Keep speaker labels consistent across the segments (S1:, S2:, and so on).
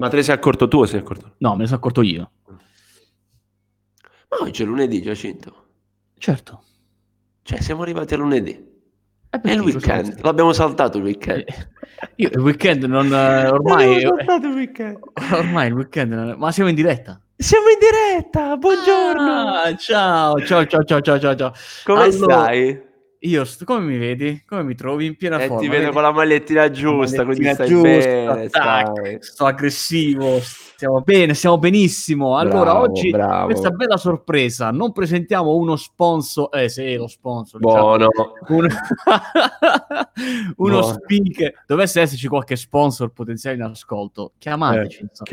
S1: Ma te ne sei accorto tu o sei accorto?
S2: No, me ne sono accorto io.
S1: Ma oggi è lunedì, Giacinto.
S2: Certo.
S1: Cioè, siamo arrivati a lunedì.
S2: E
S1: È il
S2: perché? Cosa vuoi
S1: weekend.
S2: sapere?
S1: L'abbiamo saltato il
S2: Eh,
S1: weekend.
S2: Io il weekend non...
S1: L'abbiamo
S2: ormai...
S1: saltato il weekend.
S2: Ormai il weekend... Ma siamo in diretta?
S1: Siamo in diretta. Buongiorno.
S2: Ah, ciao, ciao, ciao, ciao, ciao, ciao, ciao.
S1: Come
S2: Allora,
S1: stai?
S2: come mi vedi? Come mi trovi? In piena
S1: Ti
S2: forma,
S1: vedo
S2: vedi?
S1: con la magliettina
S2: La
S1: giusta, quindi
S2: magliettina
S1: stai
S2: giusta,
S1: bene,
S2: tac,
S1: stai.
S2: sto aggressivo, stiamo bene, stiamo benissimo. Allora,
S1: Bravo,
S2: oggi questa
S1: bravo.
S2: bella sorpresa, non presentiamo uno sponsor, sì, lo sponsor, diciamo,
S1: Buono.
S2: un- uno
S1: Buono.
S2: speaker. Dovesse esserci qualche sponsor potenziale in ascolto, chiamateci, insomma.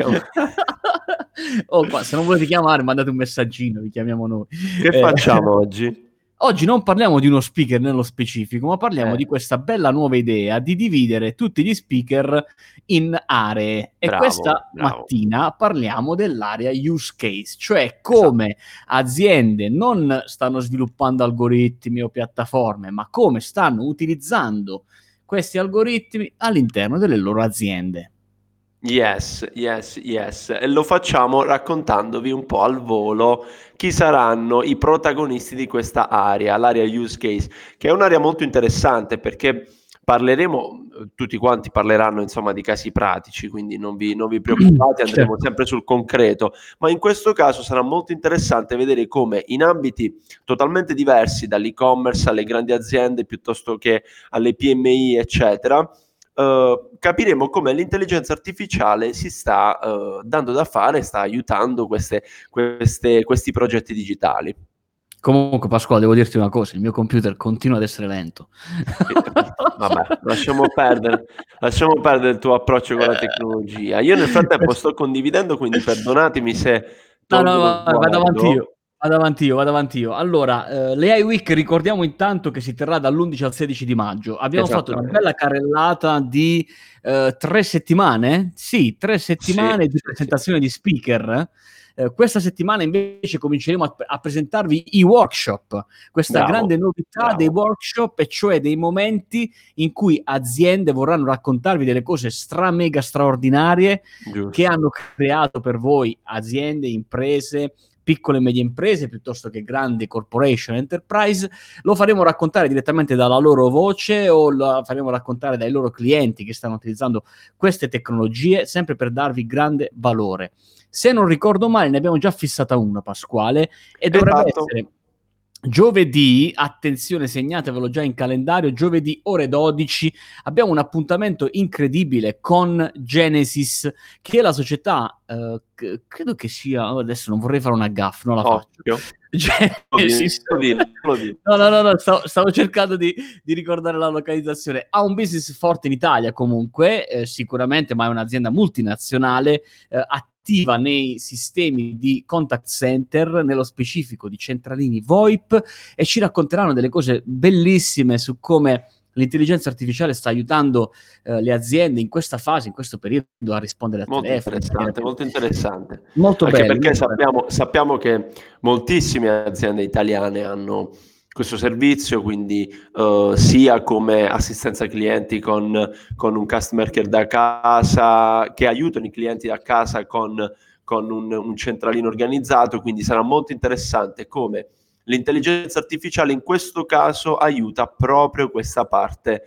S2: Oh, qua, se non volete chiamare, mandate un messaggino, vi chiamiamo noi.
S1: Che facciamo oggi?
S2: Oggi non parliamo di uno speaker nello specifico, ma parliamo
S1: Eh,
S2: di questa bella nuova idea di dividere tutti gli speaker in aree. E
S1: bravo,
S2: questa
S1: bravo.
S2: mattina parliamo dell'area use case, cioè
S1: Esatto.
S2: come aziende non stanno sviluppando algoritmi o piattaforme, ma come stanno utilizzando questi algoritmi all'interno delle loro aziende.
S1: Yes, yes, yes. E lo facciamo raccontandovi un po' al volo chi saranno i protagonisti di questa area, l'area use case, che è un'area molto interessante perché parleremo, tutti quanti parleranno insomma di casi pratici, quindi non vi preoccupate, andremo
S2: Certo.
S1: sempre sul concreto, ma in questo caso sarà molto interessante vedere come in ambiti totalmente diversi, dall'e-commerce alle grandi aziende piuttosto che alle PMI, eccetera, capiremo come l'intelligenza artificiale si sta dando da fare, sta aiutando questi progetti digitali.
S2: Comunque, Pasquale, devo dirti una cosa: il mio computer continua ad essere lento.
S1: Vabbè, lasciamo perdere il tuo approccio con la tecnologia. Io nel frattempo sto condividendo, quindi perdonatemi se
S2: No, no,
S1: tolgo lo
S2: vado avanti
S1: sguardo.
S2: io. Vado avanti io, vado avanti io. Allora, l'AI Week ricordiamo intanto che si terrà dall'11 al 16 di maggio. Abbiamo fatto una bella
S1: Esattamente.
S2: carrellata di 3 settimane. Sì, tre
S1: Sì,
S2: settimane di
S1: sì, sì.
S2: presentazione di speaker. Questa settimana invece cominceremo a presentarvi i workshop, questa grande
S1: Bravo,
S2: novità dei
S1: bravo.
S2: workshop, e cioè dei momenti in cui aziende vorranno raccontarvi delle cose mega straordinarie che
S1: Giusto.
S2: hanno creato per voi aziende, imprese, piccole e medie imprese piuttosto che grandi corporation enterprise. Lo faremo raccontare direttamente dalla loro voce o lo faremo raccontare dai loro clienti che stanno utilizzando queste tecnologie, sempre per darvi grande valore. Se non ricordo male, ne abbiamo già fissata una, Pasquale, e dovrebbe
S1: Esatto.
S2: essere giovedì. Attenzione, segnatevelo già in calendario, giovedì ore 12 abbiamo un appuntamento incredibile con Genesis, che è la società, credo che sia, adesso non vorrei fare una gaffe, non la faccio.
S1: Occhio.
S2: Genesis.
S1: Lo dico.
S2: No, stavo cercando di ricordare la localizzazione. Ha un business forte in Italia comunque, sicuramente, ma è un'azienda multinazionale, attiva nei sistemi di contact center, nello specifico di centralini VoIP, e ci racconteranno delle cose bellissime su come l'intelligenza artificiale sta aiutando le aziende in questa fase, in questo periodo, a rispondere a
S1: Molto
S2: telefono in maniera
S1: interessante,
S2: più...
S1: molto interessante.
S2: Molto
S1: Anche
S2: bello,
S1: perché
S2: molto bello.
S1: sappiamo che moltissime aziende italiane hanno questo servizio, quindi sia come assistenza clienti con un customer care da casa, che aiutano i clienti da casa con un centralino organizzato, quindi sarà molto interessante come l'intelligenza artificiale in questo caso aiuta proprio questa parte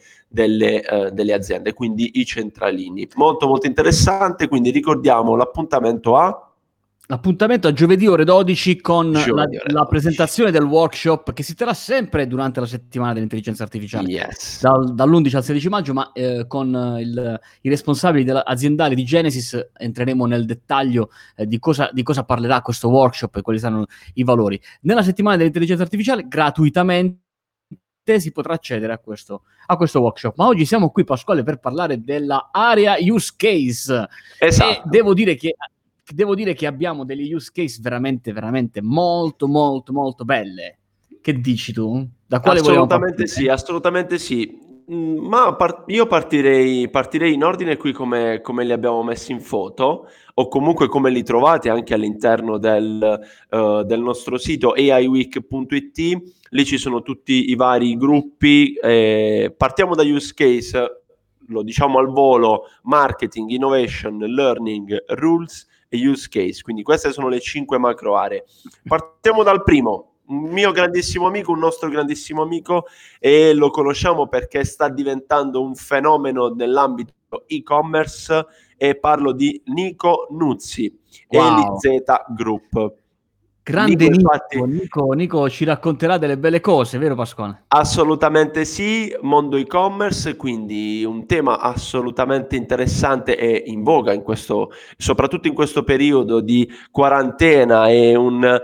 S1: delle aziende, quindi i centralini. Molto molto interessante, quindi ricordiamo l'appuntamento a
S2: Appuntamento a giovedì ore 12 con
S1: giovedì ore
S2: la
S1: 12.
S2: presentazione del workshop, che si terrà sempre durante la settimana dell'intelligenza artificiale,
S1: Yes.
S2: dall'11 al 16 maggio, ma con i responsabili aziendali di Genesis entreremo nel dettaglio di cosa parlerà questo workshop e quali saranno i valori. Nella settimana dell'intelligenza artificiale, gratuitamente, si potrà accedere a questo workshop. Ma oggi siamo qui, Pasquale, per parlare della area use case, e
S1: Esatto.
S2: devo dire che abbiamo degli use case veramente, veramente molto, molto, molto belle. Che dici tu? Da quale vogliamo
S1: Assolutamente
S2: partire?
S1: sì, assolutamente sì. Ma io partirei in ordine qui come li abbiamo messi in foto, o comunque come li trovate anche all'interno del nostro sito aiweek.it. Lì ci sono tutti i vari gruppi. Partiamo da use case, lo diciamo al volo: marketing, innovation, learning, rules e use case. Quindi queste sono le 5 macro aree. Partiamo dal primo, un mio grandissimo amico, un nostro grandissimo amico, e lo conosciamo perché sta diventando un fenomeno nell'ambito e-commerce, e parlo di Nico Nuzzi,
S2: Wow.
S1: EliZ Group.
S2: Grande
S1: infatti,
S2: Nico ci racconterà delle belle cose, vero Pasquale?
S1: assolutamente sì, mondo e-commerce, quindi un tema assolutamente interessante e in voga in questo, soprattutto in questo periodo di quarantena, e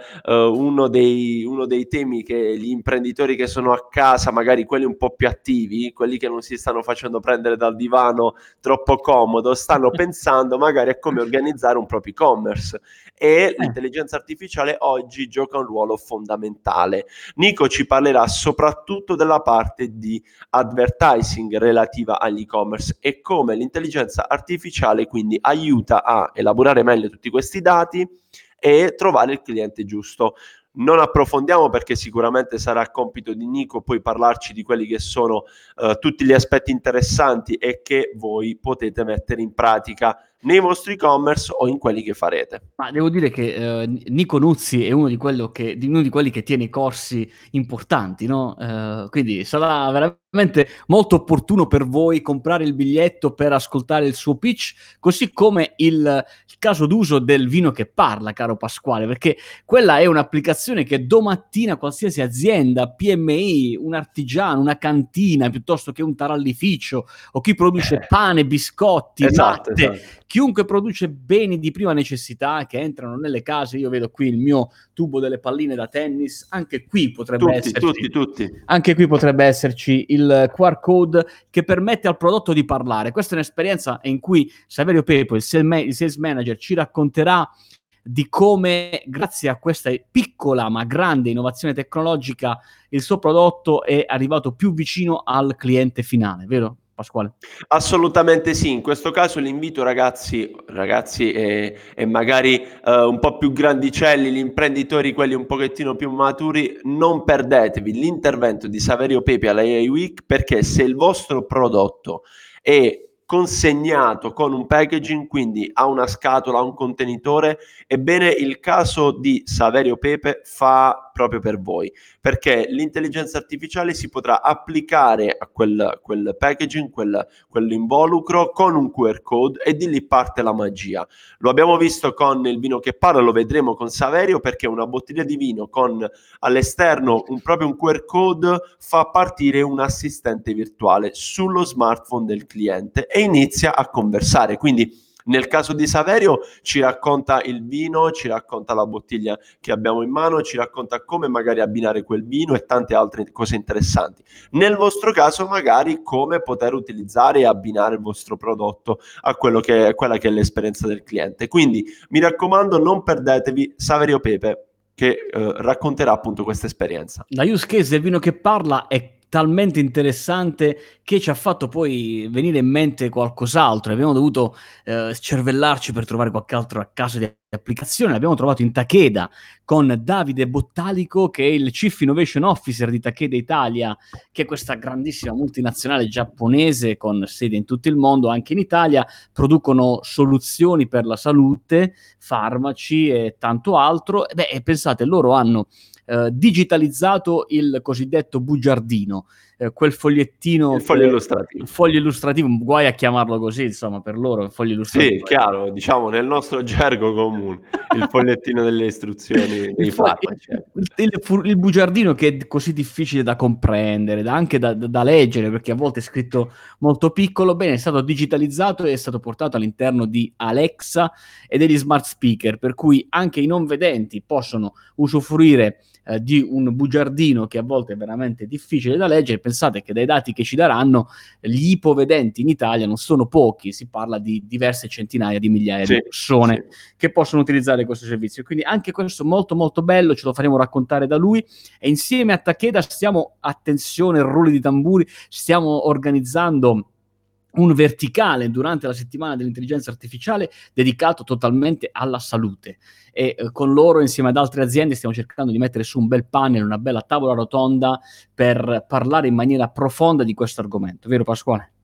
S1: uno dei temi che gli imprenditori che sono a casa, magari quelli un po' più attivi, quelli che non si stanno facendo prendere dal divano troppo comodo, stanno pensando magari a come organizzare un proprio e-commerce, e l'intelligenza artificiale oggi gioca un ruolo fondamentale. Nico ci parlerà soprattutto della parte di advertising relativa agli e-commerce e come l'intelligenza artificiale quindi aiuta a elaborare meglio tutti questi dati e trovare il cliente giusto. Non approfondiamo, perché sicuramente sarà compito di Nico poi parlarci di quelli che sono tutti gli aspetti interessanti e che voi potete mettere in pratica nei vostri e-commerce o in quelli che farete.
S2: Ma devo dire che Nico Nuzzi è uno di quelli che tiene corsi importanti, no? Quindi sarà veramente molto opportuno per voi comprare il biglietto per ascoltare il suo pitch, così come il caso d'uso del vino che parla, caro Pasquale, perché quella è un'applicazione che domattina qualsiasi azienda, PMI, un artigiano, una cantina, piuttosto che un tarallificio, o chi produce pane, biscotti,
S1: Esatto,
S2: latte,
S1: esatto.
S2: chiunque produce beni di prima necessità che entrano nelle case. Io vedo qui il mio tubo delle palline da tennis, anche qui potrebbe
S1: Tutti.
S2: anche qui potrebbe esserci il QR code che permette al prodotto di parlare. Questa è un'esperienza in cui Saverio Pepo, il sales manager, ci racconterà di come, grazie a questa piccola ma grande innovazione tecnologica, il suo prodotto è arrivato più vicino al cliente finale, vero Pasquale?
S1: Assolutamente sì, in questo caso l'invito, ragazzi e magari un po' più grandicelli, gli imprenditori, quelli un pochettino più maturi, non perdetevi l'intervento di Saverio Pepe alla AI Week, perché se il vostro prodotto è consegnato con un packaging, quindi ha una scatola, ha un contenitore, ebbene il caso di Saverio Pepe fa proprio per voi, perché l'intelligenza artificiale si potrà applicare a quel packaging, quell'involucro, con un QR code, e di lì parte la magia. Lo abbiamo visto con il vino che parla, lo vedremo con Saverio, perché una bottiglia di vino con all'esterno proprio un QR code fa partire un assistente virtuale sullo smartphone del cliente e inizia a conversare. Quindi nel caso di Saverio ci racconta il vino, ci racconta la bottiglia che abbiamo in mano, ci racconta come magari abbinare quel vino e tante altre cose interessanti. Nel vostro caso magari come poter utilizzare e abbinare il vostro prodotto a quella che è l'esperienza del cliente. Quindi mi raccomando, non perdetevi Saverio Pepe, che racconterà appunto questa esperienza.
S2: La use case del vino che parla è talmente interessante che ci ha fatto poi venire in mente qualcos'altro. Abbiamo dovuto cervellarci per trovare qualche altro caso di applicazione. L'abbiamo trovato in Takeda con Davide Bottalico, che è il Chief Innovation Officer di Takeda Italia, che è questa grandissima multinazionale giapponese con sede in tutto il mondo, anche in Italia. Producono soluzioni per la salute, farmaci e tanto altro. E pensate, loro hanno digitalizzato il cosiddetto bugiardino, quel fogliettino,
S1: Il foglio illustrativo.
S2: foglio illustrativo, guai a chiamarlo così, insomma, per loro il foglio illustrativo.
S1: Sì, chiaro, diciamo nel nostro gergo comune, il fogliettino delle istruzioni dei farmaci.
S2: Il bugiardino, che è così difficile da comprendere, anche da leggere, perché a volte è scritto molto piccolo. Bene, è stato digitalizzato e è stato portato all'interno di Alexa e degli smart speaker, per cui anche i non vedenti possono usufruire di un bugiardino che a volte è veramente difficile da leggere. Pensate che dai dati che ci daranno, gli ipovedenti in Italia non sono pochi, si parla di diverse centinaia di migliaia di persone che possono utilizzare questo servizio. Quindi anche questo molto molto bello, ce lo faremo raccontare da lui, e insieme a Takeda stiamo, attenzione, rulli di tamburi, stiamo organizzando un verticale durante la settimana dell'intelligenza artificiale dedicato totalmente alla salute, e con loro, insieme ad altre aziende, stiamo cercando di mettere su un bel panel, una bella tavola rotonda per parlare in maniera profonda di questo argomento, vero Pasquale?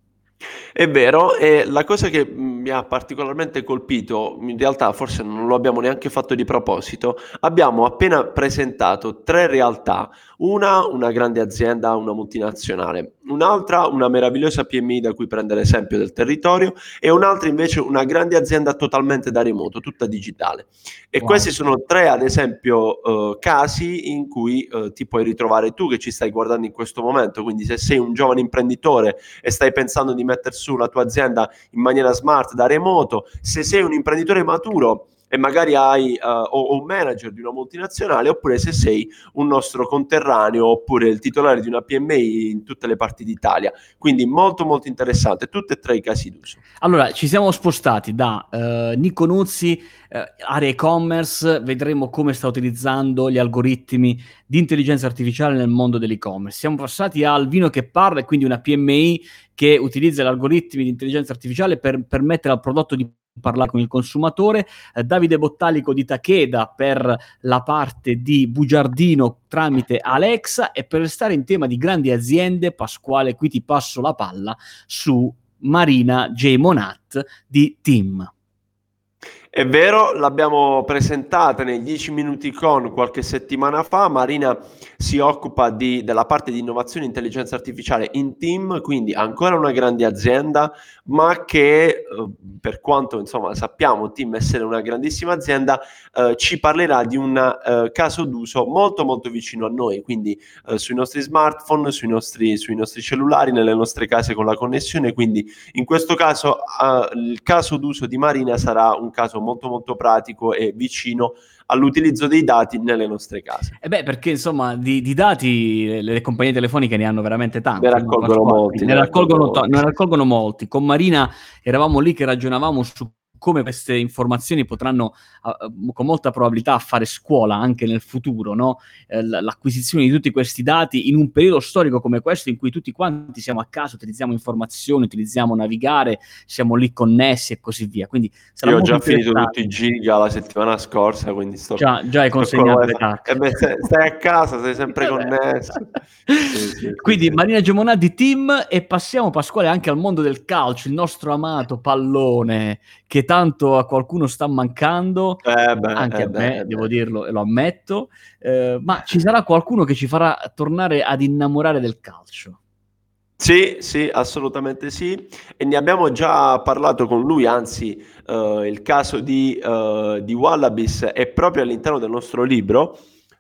S1: È vero, e la cosa che mi ha particolarmente colpito, in realtà forse non lo abbiamo neanche fatto di proposito, abbiamo appena presentato tre realtà, una grande azienda, una multinazionale, un'altra una meravigliosa PMI da cui prendere esempio del territorio e un'altra invece una grande azienda totalmente da remoto, tutta digitale. E
S2: Wow.
S1: questi sono tre, ad esempio, casi in cui ti puoi ritrovare tu che ci stai guardando in questo momento, quindi se sei un giovane imprenditore e stai pensando di mettere su la tua azienda in maniera smart da remoto, se sei un imprenditore maturo e magari hai o un manager di una multinazionale, oppure se sei un nostro conterraneo oppure il titolare di una PMI in tutte le parti d'Italia. Quindi molto molto interessante, tutti e tre i casi d'uso.
S2: Allora, ci siamo spostati da Nico Nuzzi, area e-commerce, vedremo come sta utilizzando gli algoritmi di intelligenza artificiale nel mondo dell'e-commerce. Siamo passati al Vino che parla, e quindi una PMI che utilizza gli algoritmi di intelligenza artificiale per permettere al prodotto di parlare con il consumatore. Davide Bottalico di Takeda per la parte di bugiardino tramite Alexa, e per restare in tema di grandi aziende, Pasquale, qui ti passo la palla su Marina J. Monat di Team.
S1: È vero, l'abbiamo presentata nei 10 minuti con qualche settimana fa. Marina si occupa della parte di innovazione e intelligenza artificiale in Team, quindi ancora una grande azienda, ma che per quanto insomma sappiamo Team essere una grandissima azienda, ci parlerà di un caso d'uso molto molto vicino a noi, quindi sui nostri smartphone, sui nostri cellulari, nelle nostre case con la connessione. Quindi in questo caso il caso d'uso di Marina sarà un caso molto molto pratico e vicino all'utilizzo dei dati nelle nostre case.
S2: E beh, perché insomma di dati le compagnie telefoniche ne hanno veramente
S1: Ne
S2: tanti, no,
S1: raccolgono
S2: Pasquale?
S1: molti,
S2: Ne
S1: ne raccolgono
S2: raccolgono,
S1: molti.
S2: ne raccolgono molti. Con Marina eravamo lì che ragionavamo su come queste informazioni potranno con molta probabilità fare scuola anche nel futuro, no? L'acquisizione di tutti questi dati in un periodo storico come questo in cui tutti quanti siamo a casa, utilizziamo informazioni, utilizziamo navigare, siamo lì connessi e così via. Quindi sarà
S1: Io ho
S2: molto
S1: già finito
S2: interessante.
S1: tutti i giga la settimana scorsa, quindi
S2: Già hai
S1: sto con
S2: consegnato le
S1: wifi.
S2: carte.
S1: E beh, stai a casa, sei sempre
S2: Vabbè.
S1: connesso. Sì, sì, sì,
S2: Quindi
S1: sì.
S2: Marina Gemonà di Team, e passiamo, Pasquale, anche al mondo del calcio, il nostro amato pallone che tanto a qualcuno sta mancando,
S1: Beh,
S2: anche a
S1: beh,
S2: me, devo
S1: beh.
S2: dirlo e lo ammetto, ma ci sarà qualcuno che ci farà tornare ad innamorare del calcio.
S1: Sì, sì, assolutamente sì, e ne abbiamo già parlato con lui, anzi, il caso di Wallabies è proprio all'interno del nostro libro.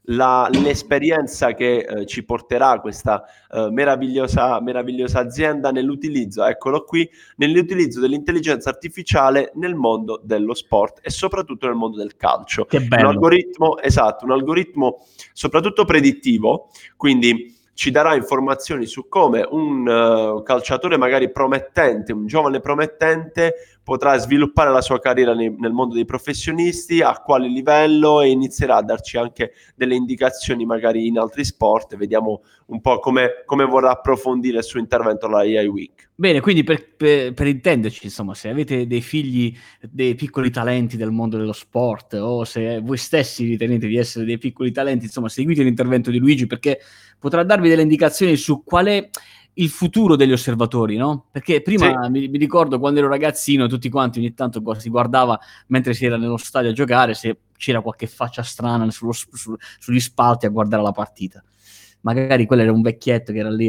S1: L'esperienza che ci porterà questa meravigliosa azienda nell'utilizzo, eccolo qui, nell'utilizzo dell'intelligenza artificiale nel mondo dello sport e soprattutto nel mondo del calcio.
S2: Che
S1: Un
S2: bello.
S1: algoritmo, esatto, un algoritmo soprattutto predittivo, quindi ci darà informazioni su come un calciatore magari promettente, un giovane promettente, potrà sviluppare la sua carriera nel mondo dei professionisti, a quale livello, e inizierà a darci anche delle indicazioni magari in altri sport. Vediamo un po' come vorrà approfondire il suo intervento alla AI Week.
S2: Bene, quindi per intenderci, insomma, se avete dei figli, dei piccoli talenti del mondo dello sport, o se voi stessi ritenete di essere dei piccoli talenti, insomma, seguite l'intervento di Luigi, perché potrà darvi delle indicazioni su qual è il futuro degli osservatori, no? Perché
S1: Sì.
S2: prima mi ricordo quando ero ragazzino, tutti quanti ogni tanto si guardava mentre si era nello stadio a giocare se c'era qualche faccia strana sugli spalti a guardare la partita. Magari quello era un vecchietto che era lì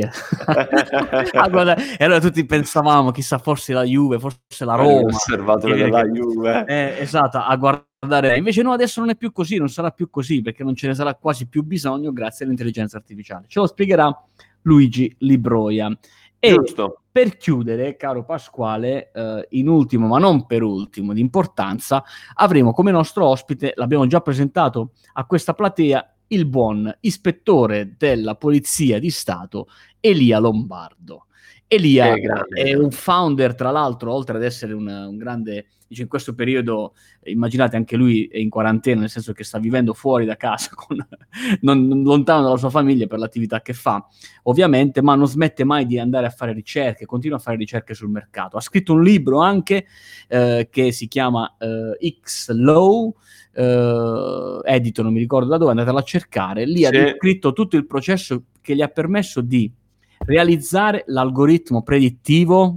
S2: a guardare, e allora tutti pensavamo, chissà, forse la Juve, forse la
S1: Quello è un
S2: Roma,
S1: osservatore della Juve.
S2: esatto, a guardare. Invece no, adesso non è più così, non sarà più così, perché non ce ne sarà quasi più bisogno grazie all'intelligenza artificiale. Ce lo spiegherà Luigi Libroia. E
S1: Giusto.
S2: per chiudere, caro Pasquale, in ultimo, ma non per ultimo di importanza, avremo come nostro ospite, l'abbiamo già presentato a questa platea, il buon ispettore della Polizia di Stato Elia Lombardo. Elia
S1: Che grande.
S2: è un founder, tra l'altro, oltre ad essere un grande, dice, in questo periodo, immaginate, anche lui è in quarantena, nel senso che sta vivendo fuori da casa, lontano dalla sua famiglia per l'attività che fa, ovviamente, ma non smette mai di andare a fare ricerche, continua a fare ricerche sul mercato. Ha scritto un libro anche che si chiama X-Law, edito, non mi ricordo da dove, andatelo a cercare. Lì ha
S1: Sì.
S2: descritto tutto il processo che gli ha permesso di realizzare l'algoritmo predittivo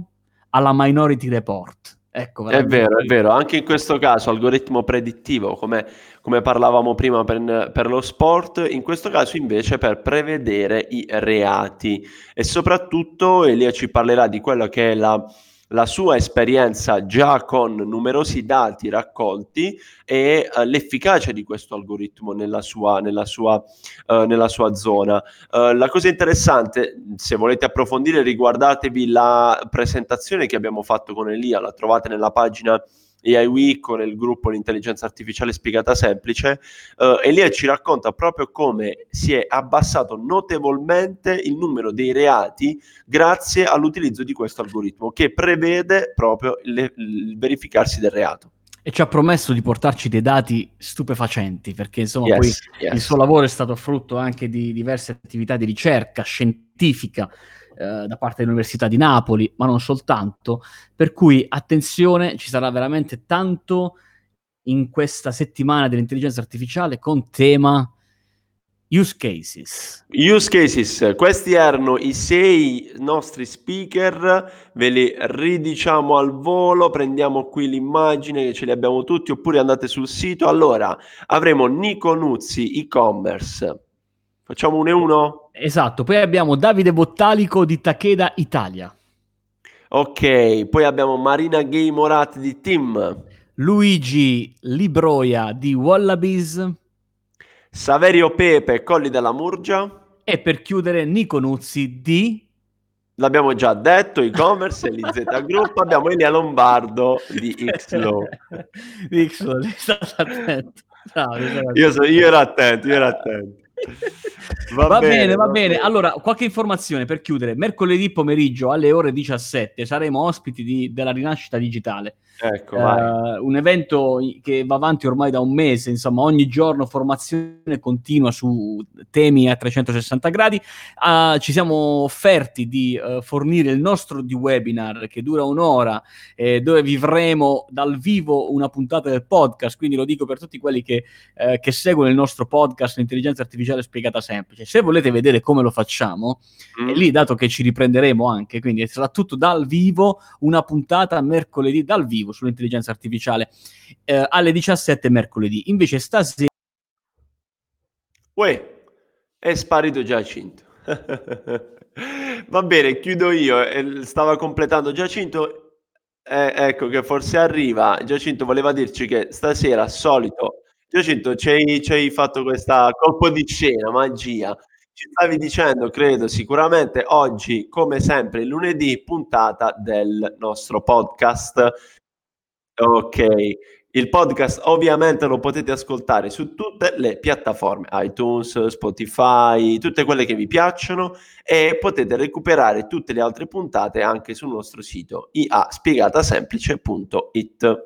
S2: alla Minority Report. Ecco,
S1: È vero, anche in questo caso algoritmo predittivo, come parlavamo prima per lo sport, in questo caso invece per prevedere i reati e soprattutto Elia ci parlerà di quello che è la sua esperienza già con numerosi dati raccolti e l'efficacia di questo algoritmo nella sua zona. La cosa interessante, se volete approfondire, riguardatevi la presentazione che abbiamo fatto con Elia, la trovate nella pagina AI Week o nel gruppo L'intelligenza artificiale spiegata semplice. Elia ci racconta proprio come si è abbassato notevolmente il numero dei reati grazie all'utilizzo di questo algoritmo che prevede proprio il verificarsi del reato.
S2: E ci ha promesso di portarci dei dati stupefacenti, perché insomma poi il suo lavoro è stato frutto anche di diverse attività di ricerca scientifica da parte dell'Università di Napoli, ma non soltanto, per cui attenzione, ci sarà veramente tanto in questa settimana dell'intelligenza artificiale con tema use cases.
S1: Use cases, questi erano i 6 nostri speaker, ve li ridiciamo al volo, prendiamo qui l'immagine che ce li abbiamo tutti, oppure andate sul sito. Allora, avremo Nico Nuzzi, e-commerce. Facciamo uno e uno?
S2: Esatto, poi abbiamo Davide Bottalico di Takeda Italia.
S1: Ok, poi abbiamo Marina Gay Morat di Team.
S2: Luigi Libroia di Wallabies.
S1: Saverio Pepe, Colli della Murgia.
S2: E per chiudere Nico Nuzzi di...
S1: L'abbiamo già detto, e-commerce e l'IZ Group. Abbiamo Elia Lombardo di Xlow.
S2: Di Xlow, sei stato attento.
S1: Io ero attento.
S2: Va bene. Allora, qualche informazione per chiudere. Mercoledì pomeriggio alle ore 17 saremo ospiti della Rinascita Digitale.
S1: Ecco, vai.
S2: Un evento che va avanti ormai da un mese, insomma, ogni giorno formazione continua su temi a 360 gradi. Ci siamo offerti di fornire il nostro di webinar che dura un'ora, dove vivremo dal vivo una puntata del podcast, quindi lo dico per tutti quelli che seguono il nostro podcast L'intelligenza artificiale spiegata semplice. Se volete vedere come lo facciamo, è lì, dato che ci riprenderemo anche, quindi sarà tutto dal vivo, una puntata mercoledì dal vivo sull'intelligenza artificiale alle 17 mercoledì. Invece stasera
S1: è sparito Giacinto. Va bene, chiudo io. Stava completando Giacinto. Ecco che forse arriva. Giacinto voleva dirci che stasera, solito, Giacinto, ci hai fatto questa colpo di scena, magia. Ci stavi dicendo, credo, sicuramente oggi, come sempre, il lunedì, puntata del nostro podcast. Ok, il podcast ovviamente lo potete ascoltare su tutte le piattaforme, iTunes, Spotify, tutte quelle che vi piacciono, e potete recuperare tutte le altre puntate anche sul nostro sito iaspiegatasemplice.it.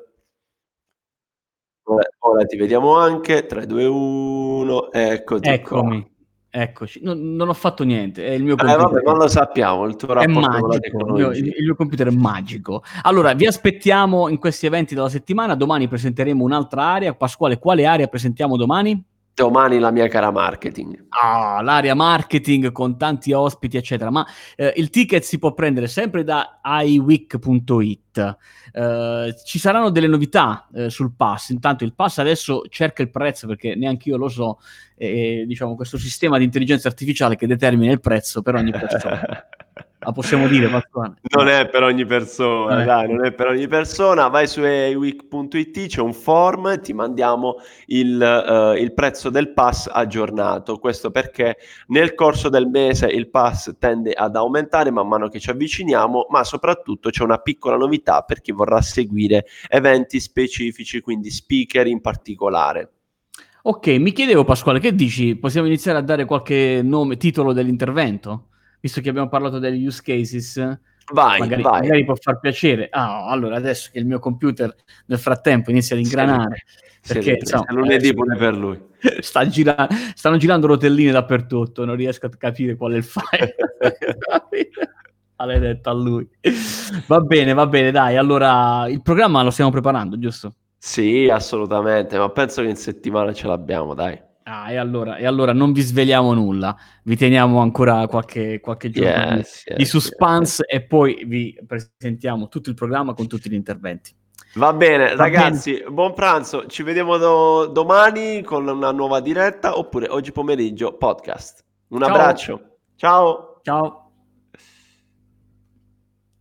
S1: Ora ti vediamo anche, 3, 2, 1, eccoti qua.
S2: Eccoci, non ho fatto niente, è il mio computer.
S1: Vabbè, non lo sappiamo, il tuo rapporto con la tecnologia.
S2: Il mio computer è magico. Allora, vi aspettiamo in questi eventi della settimana. Domani presenteremo un'altra area. Pasquale, quale area presentiamo domani?
S1: Domani la mia cara marketing.
S2: L'area marketing con tanti ospiti, eccetera. Ma il ticket si può prendere sempre da iweek.it. Ci saranno delle novità sul pass. Intanto il pass adesso cerca il prezzo, perché neanche io lo so. Diciamo, questo sistema di intelligenza artificiale che determina il prezzo per ogni persona. La possiamo dire, Pasquale?
S1: Non è per ogni persona, dai, non è per ogni persona. Vai su aiweek.it, c'è un form, ti mandiamo il prezzo del pass aggiornato. Questo perché nel corso del mese il pass tende ad aumentare man mano che ci avviciniamo, ma soprattutto c'è una piccola novità per chi vorrà seguire eventi specifici, quindi speaker in particolare.
S2: Ok, mi chiedevo, Pasquale, che dici? Possiamo iniziare a dare qualche nome, titolo dell'intervento? Visto che abbiamo parlato degli use cases, magari può far piacere. Allora, adesso che il mio computer nel frattempo inizia ad ingranare, perché insomma,
S1: lunedì pure per lui.
S2: Stanno girando rotelline dappertutto, non riesco a capire qual è il file. Maledetta a lui. Va bene, dai. Allora, il programma lo stiamo preparando, giusto?
S1: Sì, assolutamente, ma penso che in settimana ce l'abbiamo, dai.
S2: E allora non vi sveliamo nulla, vi teniamo ancora qualche giorno di suspense e poi vi presentiamo tutto il programma con tutti gli interventi.
S1: Va bene,
S2: Va
S1: ragazzi, buon pranzo, ci vediamo domani con una nuova diretta oppure oggi pomeriggio podcast. Un
S2: Ciao.
S1: abbraccio, ciao!
S2: Ciao.